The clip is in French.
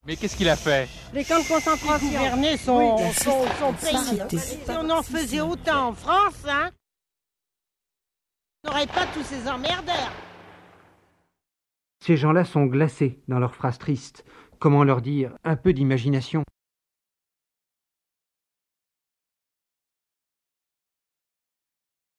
Mais qu'est-ce qu'il a fait? Les camps de concentration gouvernés sont pays. Si on en faisait autant en France, hein, on n'aurait pas tous ces emmerdeurs. Ces gens-là sont glacés dans leurs phrases tristes. Comment leur dire? Un peu d'imagination.